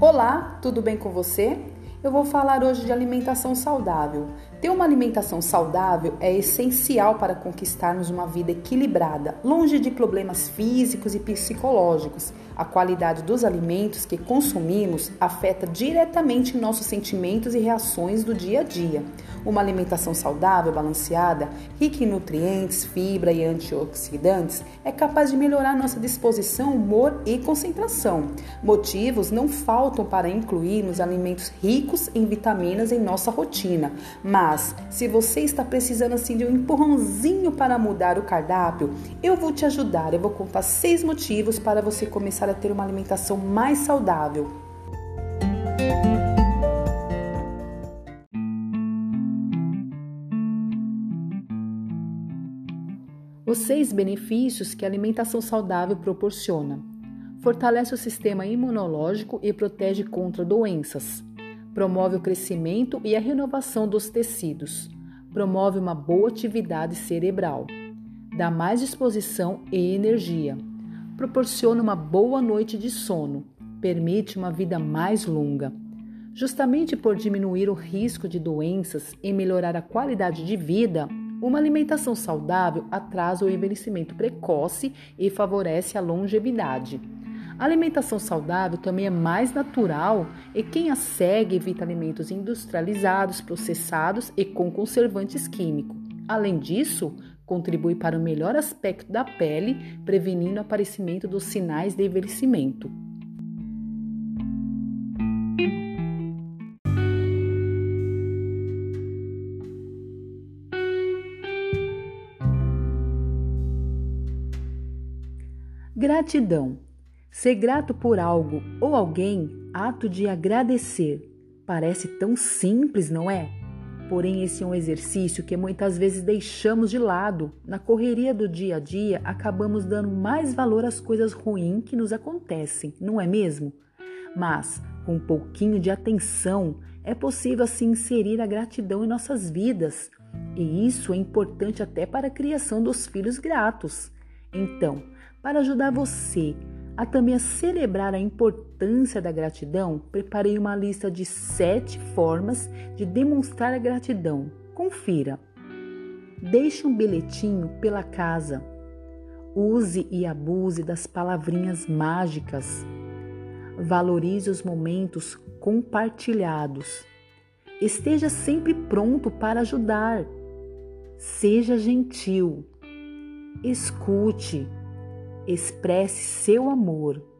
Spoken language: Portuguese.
Olá, tudo bem com você? Eu vou falar hoje de alimentação saudável. Ter uma alimentação saudável é essencial para conquistarmos uma vida equilibrada, longe de problemas físicos e psicológicos. A qualidade dos alimentos que consumimos afeta diretamente nossos sentimentos e reações do dia a dia. Uma alimentação saudável, balanceada, rica em nutrientes, fibra e antioxidantes, é capaz de melhorar nossa disposição, humor e concentração. Motivos não faltam para incluirmos alimentos ricos em vitaminas em nossa rotina, mas se você está precisando de um empurrãozinho para mudar o cardápio, eu vou te ajudar. Eu vou contar 6 motivos para você começar a ter uma alimentação mais saudável. Os 6 benefícios que a alimentação saudável proporciona. Fortalece o sistema imunológico e protege contra doenças. Promove o crescimento e a renovação dos tecidos. Promove uma boa atividade cerebral. Dá mais disposição e energia. Proporciona uma boa noite de sono. Permite uma vida mais longa. Justamente por diminuir o risco de doenças e melhorar a qualidade de vida, uma alimentação saudável atrasa o envelhecimento precoce e favorece a longevidade. A alimentação saudável também é mais natural e quem a segue evita alimentos industrializados, processados e com conservantes químicos. Além disso, contribui para o melhor aspecto da pele, prevenindo o aparecimento dos sinais de envelhecimento. Gratidão. Ser grato por algo ou alguém, ato de agradecer. Parece tão simples, não é? Porém, esse é um exercício que muitas vezes deixamos de lado. Na correria do dia a dia, acabamos dando mais valor às coisas ruins que nos acontecem, não é mesmo? Mas, com um pouquinho de atenção, é possível assim inserir a gratidão em nossas vidas. E isso é importante até para a criação dos filhos gratos. Então, para ajudar você a também celebrar a importância da gratidão, preparei uma lista de 7 formas de demonstrar a gratidão. Confira. Deixe um bilhetinho pela casa. Use e abuse das palavrinhas mágicas. Valorize os momentos compartilhados. Esteja sempre pronto para ajudar. Seja gentil. Escute. Expresse seu amor.